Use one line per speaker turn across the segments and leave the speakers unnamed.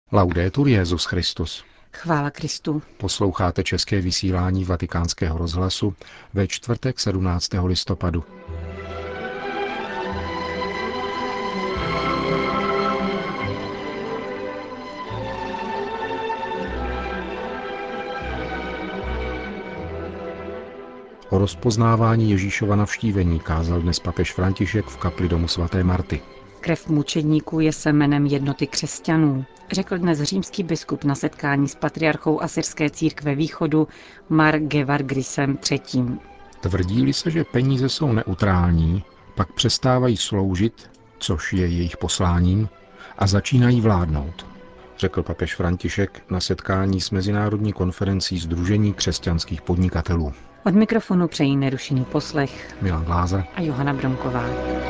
Laudetur Jesus Christus.
Chvála Kristu.
Posloucháte české vysílání Vatikánského rozhlasu ve čtvrtek 17. listopadu. O rozpoznávání Ježíšova navštívení kázal dnes papež František v kapli domu svaté Marty.
Krev mučedníků je semenem jednoty křesťanů, řekl dnes římský biskup na setkání s patriarchou Asyrské církve východu Mar Gevargisem III.
Tvrdí-li se, že peníze jsou neutrální, pak přestávají sloužit, což je jejich posláním, a začínají vládnout, řekl papež František na setkání s Mezinárodní konferencí Sdružení křesťanských podnikatelů.
Od mikrofonu přejí nerušený poslech
Milan Glázer
a Johana Bromková.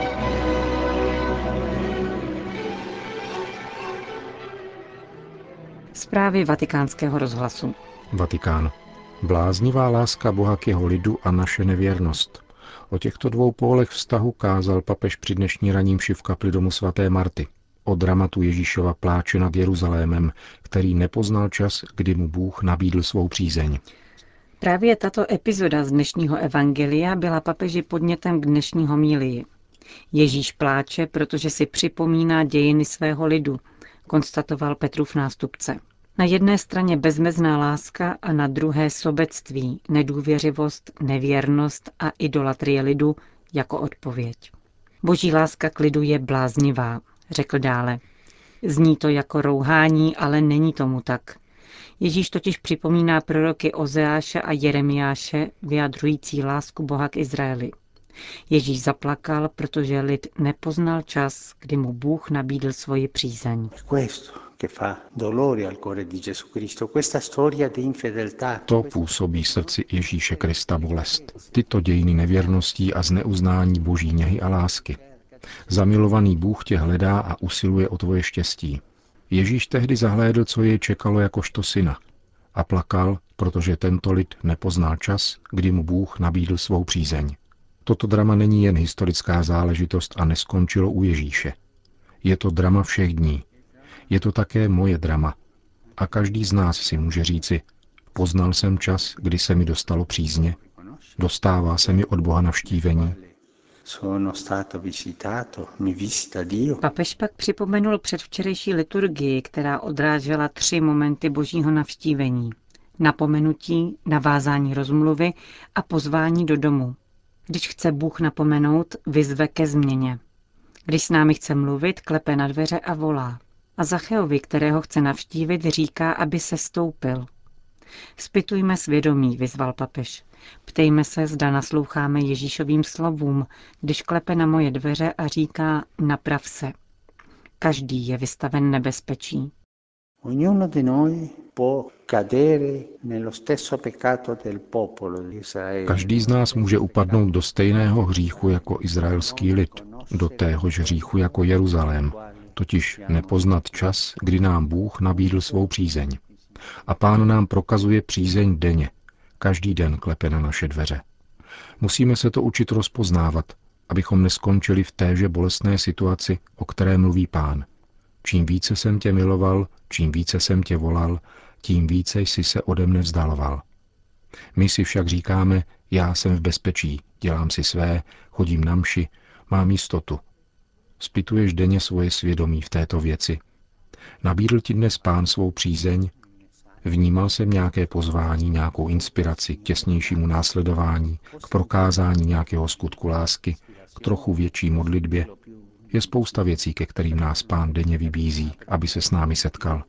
Zprávy Vatikánského rozhlasu.
Vatikán. Bláznivá láska Boha k jeho lidu a naše nevěrnost. O těchto dvou pólech vztahu kázal papež při dnešní ranní mši v kapli domu svaté Marty. O dramatu Ježíšova pláče nad Jeruzalémem, který nepoznal čas, kdy mu Bůh nabídl svou přízeň.
Právě tato epizoda z dnešního evangelia byla papeži podnětem k dnešní homílii. Ježíš pláče, protože si připomíná dějiny svého lidu, konstatoval Petrův nástupce. Na jedné straně bezmezná láska a na druhé sobectví, nedůvěřivost, nevěrnost a idolatrie lidu jako odpověď. Boží láska k lidu je bláznivá, řekl dále. Zní to jako rouhání, ale není tomu tak. Ježíš totiž připomíná proroky Ozeáše a Jeremiáše, vyjadřující lásku Boha k Izraeli. Ježíš zaplakal, protože lid nepoznal čas, kdy mu Bůh nabídl svoji přízeň.
To působí srdci Ježíše Krista bolest. Tyto dějiny nevěrností a zneuznání boží něhy a lásky. Zamilovaný Bůh tě hledá a usiluje o tvoje štěstí. Ježíš tehdy zahlédl, co jej čekalo jakožto syna. A plakal, protože tento lid nepoznal čas, kdy mu Bůh nabídl svou přízeň. Toto drama není jen historická záležitost a neskončilo u Ježíše. Je to drama všech dní. Je to také moje drama. A každý z nás si může říci, poznal jsem čas, kdy se mi dostalo přízně, dostává se mi od Boha navštívení.
Papež pak připomenul předvčerejší liturgii, která odrážela 3 momenty božího navštívení. Napomenutí, navázání rozmluvy a pozvání do domu. Když chce Bůh napomenout, vyzve ke změně. Když s námi chce mluvit, klepe na dveře a volá. A Zacheovi, kterého chce navštívit, říká, aby se stoupil. Zpytujme svědomí, vyzval papež. Ptejme se, zda nasloucháme Ježíšovým slovům, když klepe na moje dveře a říká, naprav se. Každý je vystaven nebezpečí.
Každý z nás může upadnout do stejného hříchu jako izraelský lid, do téhož hříchu jako Jeruzalém, totiž nepoznat čas, kdy nám Bůh nabídl svou přízeň. A Pán nám prokazuje přízeň denně. Každý den klepe na naše dveře. Musíme se to učit rozpoznávat, abychom neskončili v téže bolestné situaci, o které mluví Pán. Čím více jsem tě miloval, čím více jsem tě volal, tím více jsi se ode mne vzdaloval. My si však říkáme, já jsem v bezpečí, dělám si své, chodím na mši, mám jistotu. Zpytuješ denně svoje svědomí v této věci. Nabídl ti dnes Pán svou přízeň? Vnímal jsem nějaké pozvání, nějakou inspiraci k těsnějšímu následování, k prokázání nějakého skutku lásky, k trochu větší modlitbě? Je spousta věcí, ke kterým nás Pán denně vybízí, aby se s námi setkal.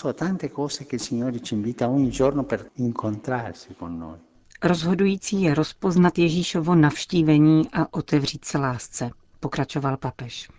Rozhodující je rozpoznat Ježíšovo navštívení a otevřít se lásce, pokračoval papež.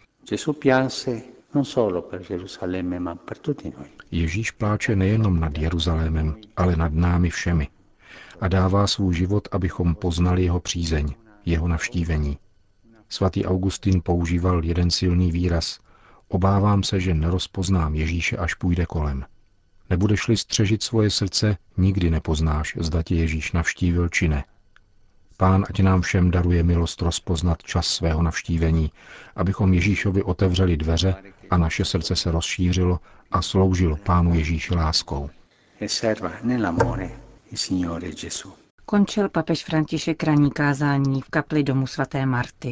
Ježíš pláče nejenom nad Jeruzalémem, ale nad námi všemi a dává svůj život, abychom poznali jeho přízeň, jeho navštívení. Svatý Augustín používal jeden silný výraz. Obávám se, že nerozpoznám Ježíše, až půjde kolem. Nebudeš-li střežit svoje srdce, nikdy nepoznáš, zda tě Ježíš navštívil či ne. Pán ať nám všem daruje milost rozpoznat čas svého navštívení, abychom Ježíšovi otevřeli dveře a naše srdce se rozšířilo a sloužil Pánu Ježíši láskou.
Končil papež František ranní kázání v kapli domu svaté Marty.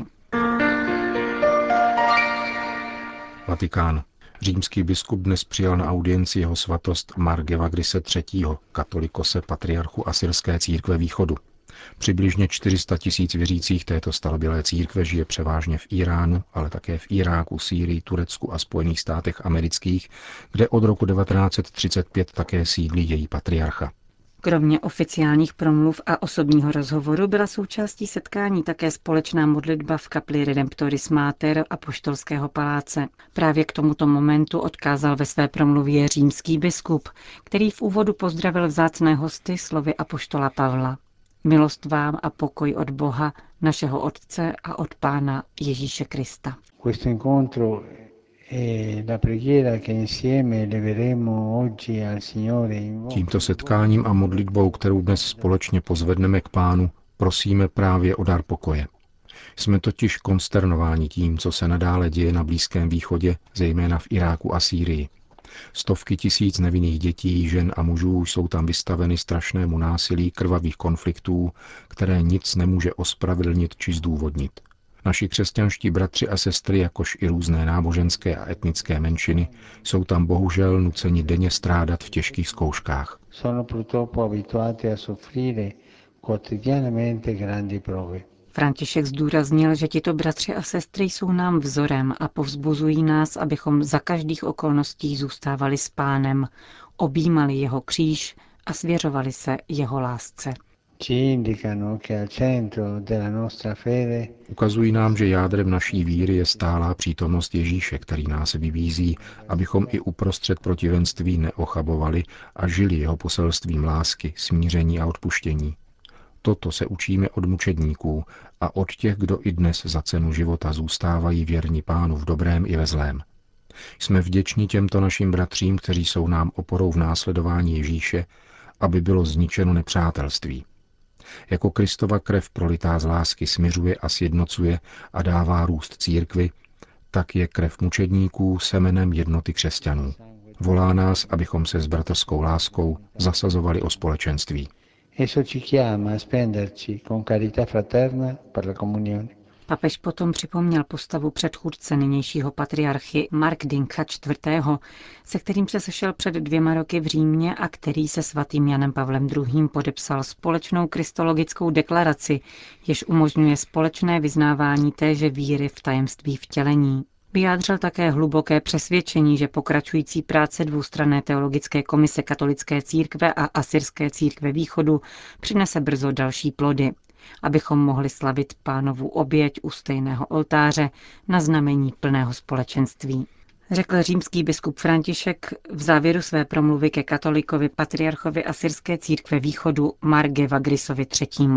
Vatikán. Římský biskup dnes přijal na audienci jeho svatost Mark Evagrise III., katolikose patriarchu Asyrské církve východu. Přibližně 400 000 věřících této starobylé církve žije převážně v Iránu, ale také v Iráku, Sýrii, Turecku a Spojených státech amerických, kde od roku 1935 také sídlí její patriarcha.
Kromě oficiálních promluv a osobního rozhovoru byla součástí setkání také společná modlitba v kapli Redemptoris Mater Apoštolského paláce. Právě k tomuto momentu odkázal ve své promluvě římský biskup, který v úvodu pozdravil vzácné hosty slovy apoštola Pavla. Milost vám a pokoj od Boha, našeho Otce a od Pána Ježíše Krista.
Tímto setkáním a modlitbou, kterou dnes společně pozvedneme k Pánu, prosíme právě o dar pokoje. Jsme totiž konsternováni tím, co se nadále děje na Blízkém východě, zejména v Iráku a Sýrii. Stovky tisíc nevinných dětí, žen a mužů jsou tam vystaveny strašnému násilí krvavých konfliktů, které nic nemůže ospravedlnit či zdůvodnit. Naši křesťanští bratři a sestry, jakož i různé náboženské a etnické menšiny, jsou tam bohužel nuceni denně strádat v těžkých zkouškách.
František zdůraznil, že tito bratři a sestry jsou nám vzorem a povzbuzují nás, abychom za každých okolností zůstávali s Pánem, objímali jeho kříž a svěřovali se jeho lásce.
Ukazují nám, že jádrem naší víry je stálá přítomnost Ježíše, který nás vybízí, abychom i uprostřed protivenství neochabovali a žili jeho poselstvím lásky, smíření a odpuštění. Toto se učíme od mučedníků a od těch, kdo i dnes za cenu života zůstávají věrni Pánu v dobrém i ve zlém. Jsme vděční těmto našim bratřím, kteří jsou nám oporou v následování Ježíše, aby bylo zničeno nepřátelství. Jako Kristova krev prolitá z lásky smiřuje a sjednocuje a dává růst církvi, tak je krev mučedníků semenem jednoty křesťanů. Volá nás, abychom se s bratrskou láskou zasazovali o společenství.
Papež potom připomněl postavu předchůdce nynějšího patriarchy Marka IV., se kterým se sešel před 2 roky v Římě a který se svatým Janem Pavlem II. Podepsal společnou kristologickou deklaraci, jež umožňuje společné vyznávání téže víry v tajemství vtělení. Vyjádřil také hluboké přesvědčení, že pokračující práce dvoustranné teologické komise katolické církve a Asyrské církve východu přinese brzo další plody, abychom mohli slavit Pánovu oběť u stejného oltáře na znamení plného společenství. Řekl římský biskup František v závěru své promluvy ke katolikovi patriarchovi Asyrské církve východu Marku Evagrisovi III.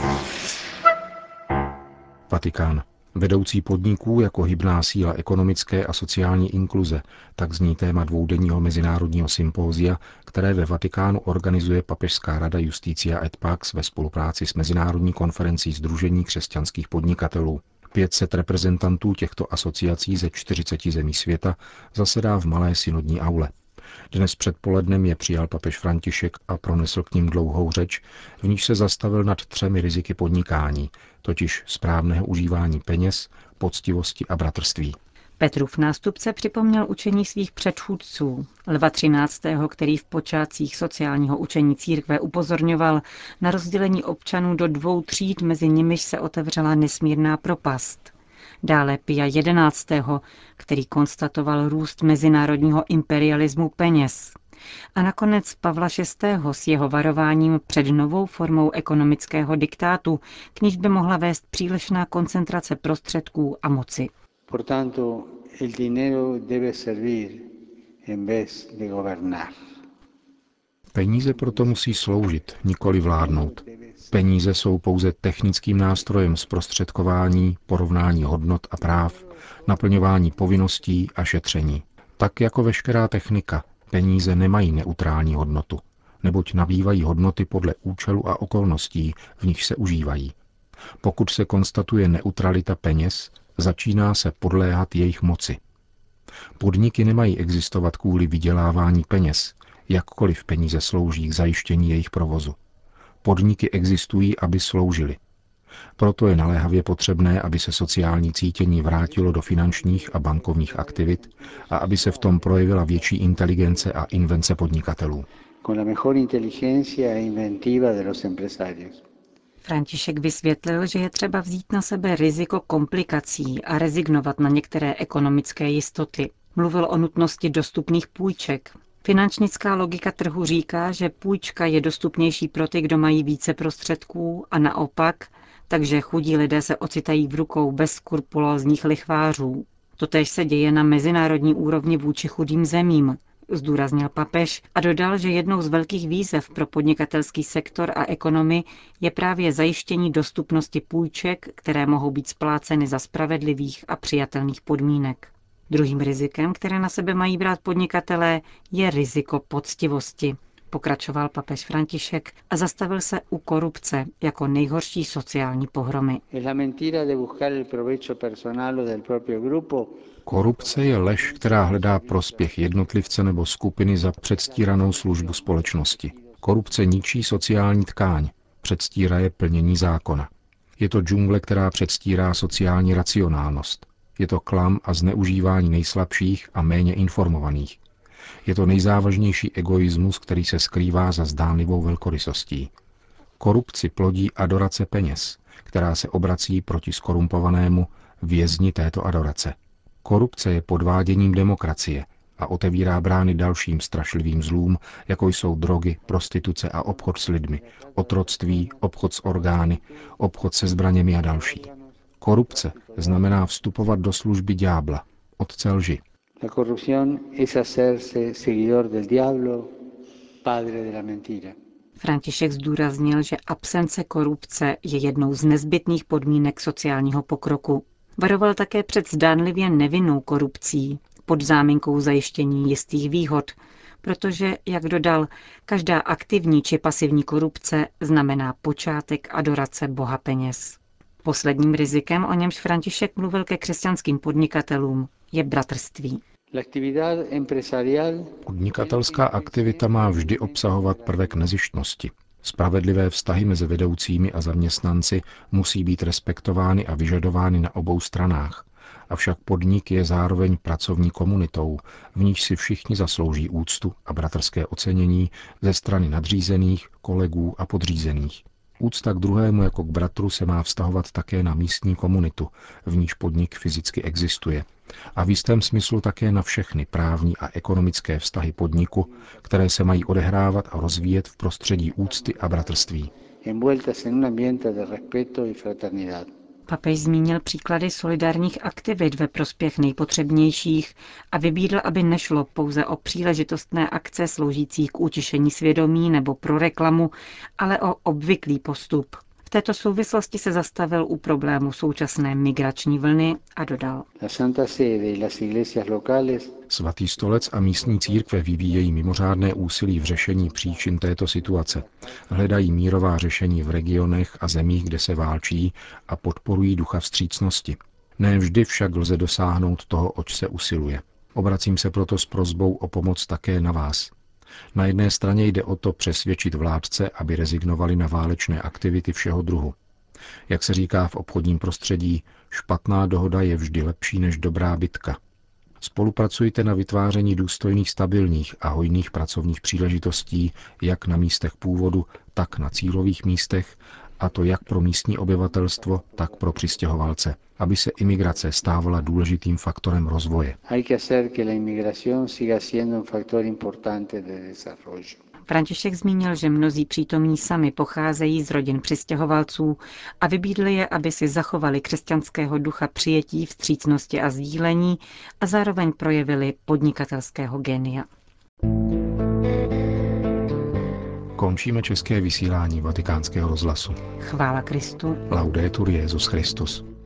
Vatikán. Vedoucí podniků jako hybná síla ekonomické a sociální inkluze, tak zní téma dvoudenního mezinárodního sympózia, které ve Vatikánu organizuje Papežská rada Justitia et Pax ve spolupráci s Mezinárodní konferencí Sdružení křesťanských podnikatelů. 500 reprezentantů těchto asociací ze 40 zemí světa zasedá v malé synodní aule. Dnes předpolednem je přijal papež František a pronesl k nim dlouhou řeč, v níž se zastavil nad 3 riziky podnikání, totiž správného užívání peněz, poctivosti a bratrství.
Petrův nástupce připomněl učení svých předchůdců, Lva XIII., který v počátcích sociálního učení církve upozorňoval na rozdělení občanů do 2 tříd, mezi nimiž se otevřela nesmírná propast. Dále Pia XI., který konstatoval růst mezinárodního imperialismu peněz. A nakonec Pavla VI. S jeho varováním před novou formou ekonomického diktátu, k níž by mohla vést přílišná koncentrace prostředků a moci.
Portanto, il dinero deve servir en vez de gobernar.
Peníze proto musí sloužit, nikoli vládnout. Peníze jsou pouze technickým nástrojem zprostředkování, porovnání hodnot a práv, naplňování povinností a šetření. Tak jako veškerá technika, peníze nemají neutrální hodnotu, neboť nabývají hodnoty podle účelu a okolností, v nich se užívají. Pokud se konstatuje neutralita peněz, začíná se podléhat jejich moci. Podniky nemají existovat kvůli vydělávání peněz, jakkoliv peníze slouží k zajištění jejich provozu. Podniky existují, aby sloužily. Proto je naléhavě potřebné, aby se sociální cítění vrátilo do finančních a bankovních aktivit a aby se v tom projevila větší inteligence a invence podnikatelů.
František vysvětlil, že je třeba vzít na sebe riziko komplikací a rezignovat na některé ekonomické jistoty. Mluvil o nutnosti dostupných půjček. Finančnická logika trhu říká, že půjčka je dostupnější pro ty, kdo mají více prostředků a naopak, takže chudí lidé se ocitají v rukou bezskrupulózních lichvářů. Totéž se děje na mezinárodní úrovni vůči chudým zemím, zdůraznil papež a dodal, že jednou z velkých výzev pro podnikatelský sektor a ekonomii je právě zajištění dostupnosti půjček, které mohou být spláceny za spravedlivých a přijatelných podmínek. Druhým rizikem, které na sebe mají brát podnikatelé, je riziko poctivosti, pokračoval papež František a zastavil se u korupce jako nejhorší sociální pohromy.
Korupce je lež, která hledá prospěch jednotlivce nebo skupiny za předstíranou službu společnosti. Korupce ničí sociální tkáň, předstírá je plnění zákona. Je to džungle, která předstírá sociální racionálnost. Je to klam a zneužívání nejslabších a méně informovaných. Je to nejzávažnější egoismus, který se skrývá za zdánlivou velkorysostí. Korupci plodí adorace peněz, která se obrací proti skorumpovanému vězni této adorace. Korupce je podváděním demokracie a otevírá brány dalším strašlivým zlům, jako jsou drogy, prostituce a obchod s lidmi, otroctví, obchod s orgány, obchod se zbraněmi a další. Korupce znamená vstupovat do služby ďábla, otce lži.
La corrupción es hacerse seguidor del diablo, padre de la mentira.
František zdůraznil, že absence korupce je jednou z nezbytných podmínek sociálního pokroku. Varoval také před zdánlivě nevinnou korupcí, pod záminkou zajištění jistých výhod, protože, jak dodal, každá aktivní či pasivní korupce znamená počátek adorace boha peněz. Posledním rizikem, o němž František mluvil ke křesťanským podnikatelům, je bratrství.
Podnikatelská aktivita má vždy obsahovat prvek nezištnosti. Spravedlivé vztahy mezi vedoucími a zaměstnanci musí být respektovány a vyžadovány na obou stranách. Avšak podnik je zároveň pracovní komunitou, v níž si všichni zaslouží úctu a bratrské ocenění ze strany nadřízených, kolegů a podřízených. Úcta k druhému jako k bratru se má vztahovat také na místní komunitu, v níž podnik fyzicky existuje, a v jistém smyslu také na všechny právní a ekonomické vztahy podniku, které se mají odehrávat a rozvíjet v prostředí úcty a bratrství.
Papež zmínil příklady solidárních aktivit ve prospěch nejpotřebnějších a vybídl, aby nešlo pouze o příležitostné akce sloužící k utišení svědomí nebo pro reklamu, ale o obvyklý postup. V této souvislosti se zastavil u problému současné migrační vlny a dodal.
Svatý stolec a místní církve vyvíjejí mimořádné úsilí v řešení příčin této situace. Hledají mírová řešení v regionech a zemích, kde se válčí, a podporují ducha vstřícnosti. Ne vždy však lze dosáhnout toho, oč se usiluje. Obracím se proto s prosbou o pomoc také na vás. Na jedné straně jde o to přesvědčit vládce, aby rezignovali na válečné aktivity všeho druhu. Jak se říká v obchodním prostředí, špatná dohoda je vždy lepší než dobrá bitka. Spolupracujte na vytváření důstojných, stabilních a hojných pracovních příležitostí jak na místech původu, tak na cílových místech, a to jak pro místní obyvatelstvo, tak pro přistěhovalce, aby se imigrace stávala důležitým faktorem rozvoje.
František zmínil, že mnozí přítomní sami pocházejí z rodin přistěhovalců a vybídl je, aby si zachovali křesťanského ducha přijetí, vstřícnosti a sdílení a zároveň projevili podnikatelského génia.
Končíme české vysílání Vatikánského rozhlasu.
Chvála Kristu.
Laudetur Jesus Christus.